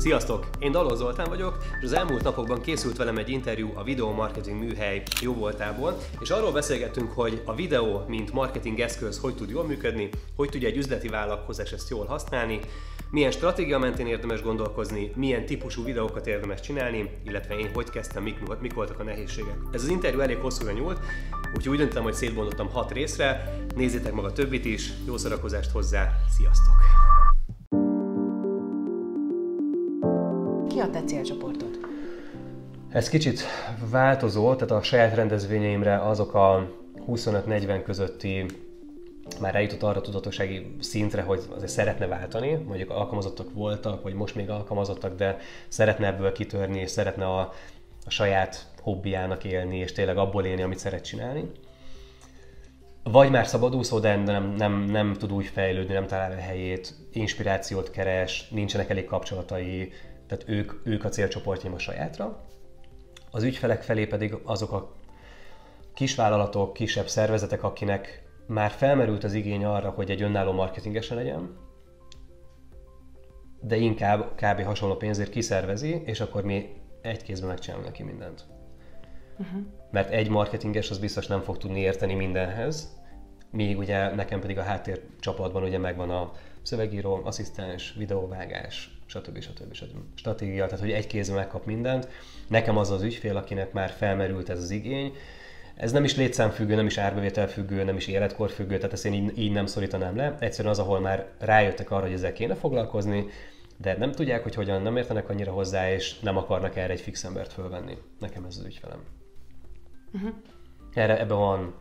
Sziasztok! Én Daló Zoltán vagyok, és az elmúlt napokban készült velem egy interjú a Videó Marketing Műhely jóvoltából, és arról beszélgettünk, hogy a videó, mint marketing eszköz, hogy tud jól működni, hogy tudja egy üzleti vállalkozás ezt jól használni, milyen stratégia mentén érdemes gondolkozni, milyen típusú videókat érdemes csinálni, illetve én hogy kezdtem, mik voltak a nehézségek. Ez az interjú elég hosszúra nyúlt, úgyhogy úgy döntöttem, hogy szétbontottam 6 részre, nézzétek meg a többit is, jó szórakozást hozzá, sziasztok! Ki a te célcsoportod? Ez kicsit változó, tehát a saját rendezvényeimre azok a 25-40 közötti már eljutott arra tudatossági szintre, hogy azért szeretne váltani, mondjuk alkalmazottak voltak, vagy most még alkalmazottak, de szeretne ebből kitörni, és szeretne a saját hobbiának élni, és tényleg abból élni, amit szeret csinálni. Vagy már szabadúszó, de nem tud úgy fejlődni, nem talál a helyét, inspirációt keres, nincsenek elég kapcsolatai, tehát ők a célcsoportjaim a sajátra. Az ügyfelek felé pedig azok a kisvállalatok, kisebb szervezetek, akinek már felmerült az igény arra, hogy egy önálló marketingesen legyen, de inkább kb. Hasonló pénzért kiszervezi, és akkor mi egy kézben megcsinálunk neki mindent. Mert egy marketinges az biztos nem fog tudni érteni mindenhez, míg ugye nekem pedig a háttér csapatban ugye megvan a szövegíró, asszisztens, videóvágás, stb. Stratégia, tehát hogy egy kézben megkap mindent. Nekem az az ügyfél, akinek már felmerült ez az igény. Ez nem is létszámfüggő, nem is árbevétel függő, nem is életkor függő, tehát ezt én így nem szorítanám le. Egyszerűen az, ahol már rájöttek arra, hogy ezzel kéne foglalkozni, de nem tudják, hogy hogyan, nem értenek annyira hozzá, és nem akarnak erre egy fix embert fölvenni. Nekem ez az ügyfelem. Ebben van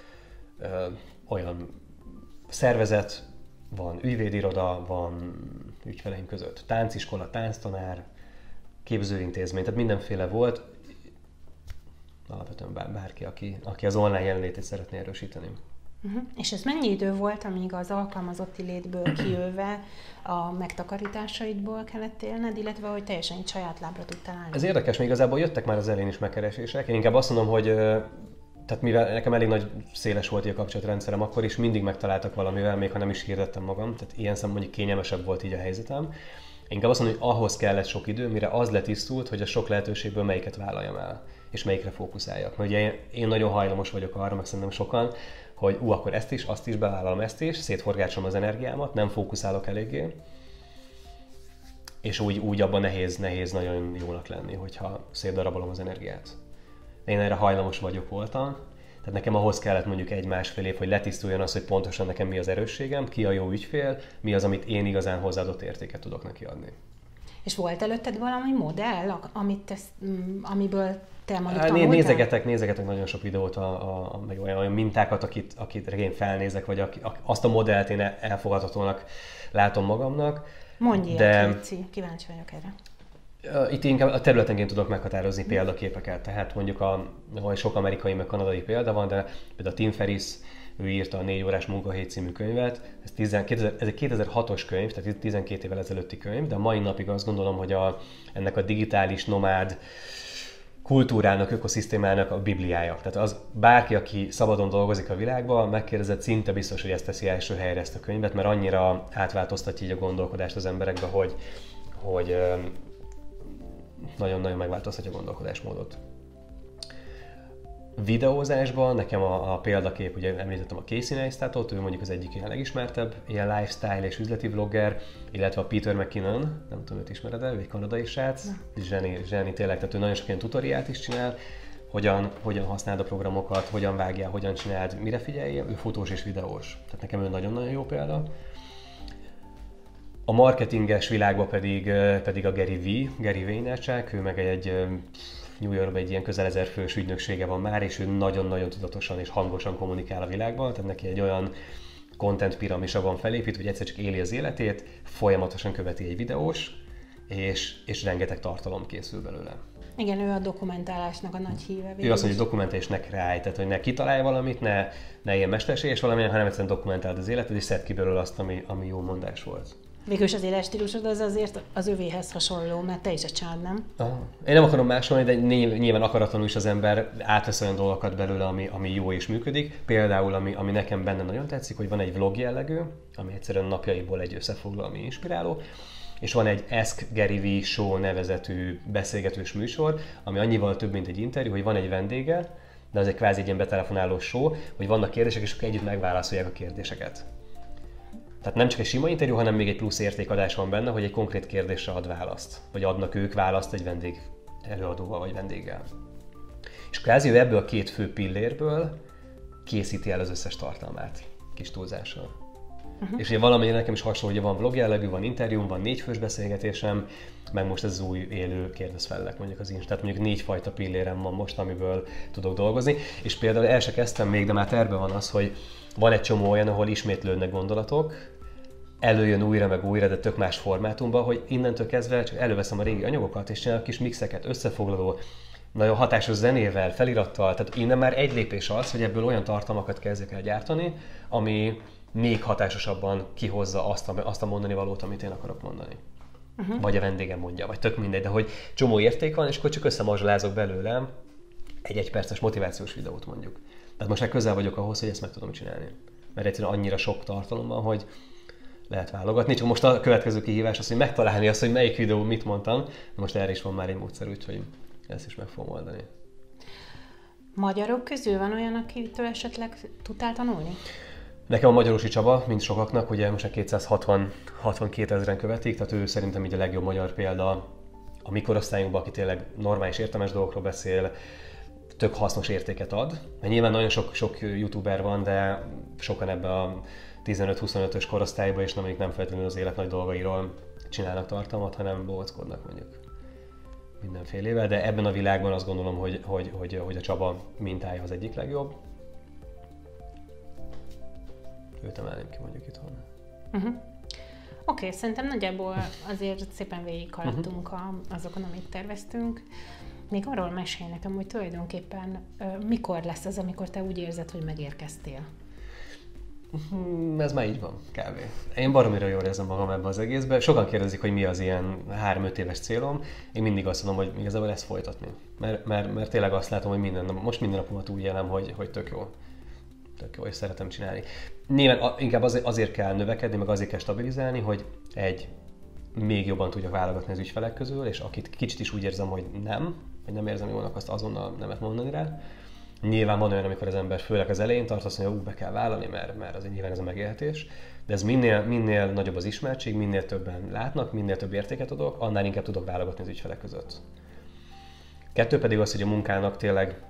olyan szervezet, van ügyvédiroda, van ügyfeleim között tánciskola, tánctanár, képzőintézmény, tehát mindenféle volt. Alapvetően bárki, aki az online jelenlétét szeretné erősíteni. És ez mennyi idő volt, amíg az alkalmazotti létből kijöve a megtakarításaidból kellett élned, illetve hogy teljesen így saját lábra tudtál állni? Ez érdekes, még igazából jöttek már az elején is megkeresések. Én inkább azt mondom, hogy tehát mivel nekem elég nagy széles volt a kapcsolatrendszerem, akkor is mindig megtaláltak valamivel, még ha nem is hirdettem magam, tehát ilyen szemben mondjuk kényelmesebb volt így a helyzetem. Inkább azt mondom, hogy ahhoz kellett sok idő, mire az letisztult, hogy a sok lehetőségből melyiket vállaljam el, és melyikre fókuszáljak. Mert ugye én nagyon hajlamos vagyok arra, meg szerintem sokan, hogy akkor ezt is, azt is bevállalom, ezt is, szétforgácsolom az energiámat, nem fókuszálok eléggé, és úgy abban nehéz nagyon jónak lenni, hogyha szétdarabolom az energiát. Én erre hajlamos voltam, tehát nekem ahhoz kellett mondjuk 1-1,5 év, hogy letisztuljon az, hogy pontosan nekem mi az erősségem, ki a jó ügyfél, mi az, amit én igazán hozzáadott értéket tudok neki adni. És volt előtted valami modell, amiből te mondjuk tanultál? Nézegetek nagyon sok videót, meg olyan mintákat, akit én felnézek, vagy azt a modellt én elfogadhatónak látom magamnak. Mondj ilyet, Léci, kíváncsi vagyok erre. Itt inkább a területenként tudok meghatározni példaképeket, tehát mondjuk sok amerikai meg kanadai példa van, de például Tim Ferriss, ő írta a 4 órás munkahely című könyvet. Ez egy 2006-os könyv, tehát 12 évvel ezelőtti könyv, de a mai napig azt gondolom, hogy ennek a digitális nomád kultúrának, ökoszisztémának a bibliája. Tehát az bárki, aki szabadon dolgozik a világban, megkérdezett, szinte biztos, hogy ezt teszi első helyre ezt a könyvet, mert annyira átváltoztatja így a gondolkodást az emberekbe, hogy nagyon-nagyon megváltoztatja a gondolkodásmódot. Videózásban nekem a példakép, ugye említettem a Casey Neistatot, ő mondjuk az egyik ilyen legismertebb ilyen lifestyle és üzleti vlogger, illetve a Peter McKinnon, nem tudom, őt ismered-e, ő egy kanadai srác, zseni tényleg, tehát ő nagyon sok ilyen tutoriát is csinál, hogyan használd a programokat, hogyan vágjál, hogyan csináld, mire figyeljél, ő fotós és videós, tehát nekem ő nagyon-nagyon jó példa. A marketinges világban pedig a Gary Vaynerchuk, ő meg egy New Yorkban egy ilyen közel 1000 fős ügynöksége van már, és ő nagyon-nagyon tudatosan és hangosan kommunikál a világban, tehát neki egy olyan content piramisa van felépítve, hogy egyszer csak éli az életét, folyamatosan követi egy videós, és rengeteg tartalom készül belőle. Igen, ő a dokumentálásnak a nagy híve. Ő azt mondja, hogy dokumentálj és ne kreálj, tehát hogy ne kitalálj valamit, ne ilyen mesterséges valamilyen, hanem egyszerűen dokumentáld az életed, és szedd ki belőle azt, ami jó mondás volt. Végülis az életstílusod az azért az övéhez hasonló, mert te is egy csád, nem? Én nem akarom másolni, de nyilván akaratlanul is az ember átvesz olyan dolgokat belőle, ami jó és működik. Például, ami nekem benne nagyon tetszik, hogy van egy vlog jellegű, ami egyszerűen napjaiból egy összefoglaló, ami inspiráló. és van egy Ask Gary V Show nevezetű beszélgetős műsor, ami annyival több, mint egy interjú, hogy van egy vendége, de az egy kvázi egy ilyen betelefonálós show, hogy vannak kérdések, és akkor együtt megválaszolják a kérdéseket. Tehát nem csak egy sima interjú, hanem még egy plusz értékadás van benne, hogy egy konkrét kérdésre ad választ, vagy adnak ők választ egy vendég előadóval vagy vendéggel. És kvázi ő ebből a két fő pillérből készíti el az összes tartalmát, kis túlzással. És ugye valami nekem is hasonló, hogy van vlog jellegű, van interjúm, van 4 fős beszélgetésem, meg most ez az új élő kérdezfellek mondjuk az tehát mondjuk 4 fajta pillérem van most, amiből tudok dolgozni. És például el se kezdtem még, de már tervben van az, hogy van egy csomó olyan, ahol ismétlődnek gondolatok, előjön újra meg újra, de tök más formátumban, hogy innentől kezdve csak előveszem a régi anyagokat, és csinálok kis mixeket, összefoglaló, nagyon hatásos zenével, felirattal, tehát innen már egy lépés az, hogy ebből olyan tartalmakat kezdjek el gyártani, ami még hatásosabban kihozza azt a mondani valót, amit én akarok mondani. Vagy a vendégem mondja, vagy tök mindegy, de hogy csomó érték van, és akkor csak összemazsolázok belőlem egy 1 perces motivációs videót mondjuk. Tehát most már közel vagyok ahhoz, hogy ezt meg tudom csinálni. Mert egyszerűen annyira sok tartalom van, hogy lehet válogatni. Csak most a következő kihívás az, hogy megtalálni azt, hogy melyik videó mit mondtam. Most erre is van már egy módszer, úgyhogy ezt is meg fogom oldani. Magyarok közül van olyan, akitől esetleg tudtál tanulni? Nekem a Magyarosi Csaba, mint sokaknak, ugye most 262 000-en követik, tehát ő szerintem így a legjobb magyar példa a mi korosztályunkban, aki tényleg normális, értelmes dolgokról beszél, tök hasznos értéket ad. Mert nyilván nagyon sok youtuber van, de sokan ebben a 15-25-ös korosztályban is nem feltétlenül az élet nagy dolgairól csinálnak tartalmat, hanem bóckodnak mondjuk mindenfélével, de ebben a világban azt gondolom, hogy a Csaba mintája az egyik legjobb. Őt emelném ki mondjuk itthon. Oké, szerintem nagyjából azért szépen végighaladtunk azokon, amit terveztünk. Még arról mesélj nekem, hogy tulajdonképpen mikor lesz az, amikor te úgy érzed, hogy megérkeztél? Ez már így van, kb. Én baromira jól érzem magam ebbe az egészbe. Sokan kérdezik, hogy mi az ilyen 3-5 éves célom. Én mindig azt mondom, hogy igazából ezt folytatni. Mert tényleg azt látom, hogy minden napomat úgy élem, hogy tök jó. Tök jó, és szeretem csinálni. Nyilván inkább azért kell növekedni, meg azért kell stabilizálni, hogy még jobban tudjak válogatni az ügyfelek közül, és akit kicsit is úgy érzem, hogy nem érzem jónak, azt azonnal nemet mondani rá. Nyilván van olyan, amikor az ember főleg az elején tart, azt mondja, be kell vállalni, mert azért nyilván ez a megélhetés. De ez minél nagyobb az ismertség, minél többen látnak, minél több értéket adok, annál inkább tudok válogatni az ügyfelek között. 2 pedig az, hogy a munkának tényleg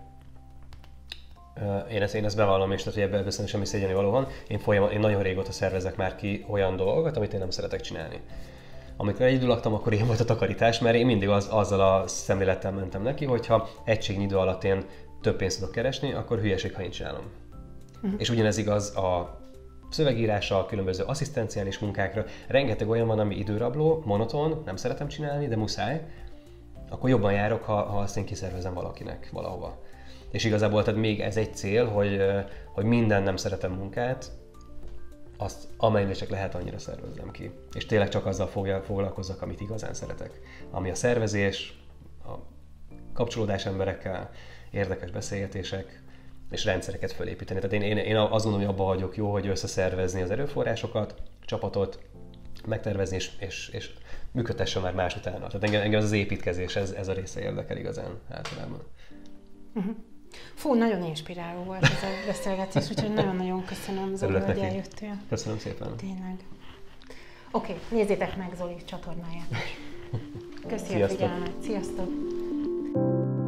én ezt bevallom, és tehát, hogy ebben semmi szégyeni való van. Én nagyon régóta szervezek már ki olyan dolgokat, amit én nem szeretek csinálni. Amikor egyedül laktam, akkor én volt a takarítás, mert én mindig azzal a szemlélettel mentem neki, hogyha egységnyi idő alatt én több pénzt tudok keresni, akkor hülyeség, ha én csinálom. És ugyanez igaz a szövegírásra, a különböző asszisztenciális munkákra. Rengeteg olyan van, ami időrabló, monoton, nem szeretem csinálni, de muszáj. Akkor jobban járok, ha azt én kiszervezem valakinek valahova. És igazából tehát még ez egy cél, hogy minden nem szeretem munkát, azt amennyire csak lehet, annyira szervezzem ki. És tényleg csak azzal foglalkozzak, amit igazán szeretek. Ami a szervezés, a kapcsolódás emberekkel, érdekes beszélgetések, és rendszereket fölépíteni. Tehát én azt gondolom, hogy abban vagyok jó, hogy összeszervezni az erőforrásokat, csapatot, megtervezni és működtessen már más utána. Tehát engem az építkezés, ez a része érdekel igazán általában. Fú, nagyon inspiráló volt ez a beszélgetés, úgyhogy nagyon-nagyon köszönöm, Zoli, hogy eljöttél. Köszönöm szépen. Tényleg. Oké, nézzétek meg Zoli csatornáját. Köszi a figyelmet. Sziasztok!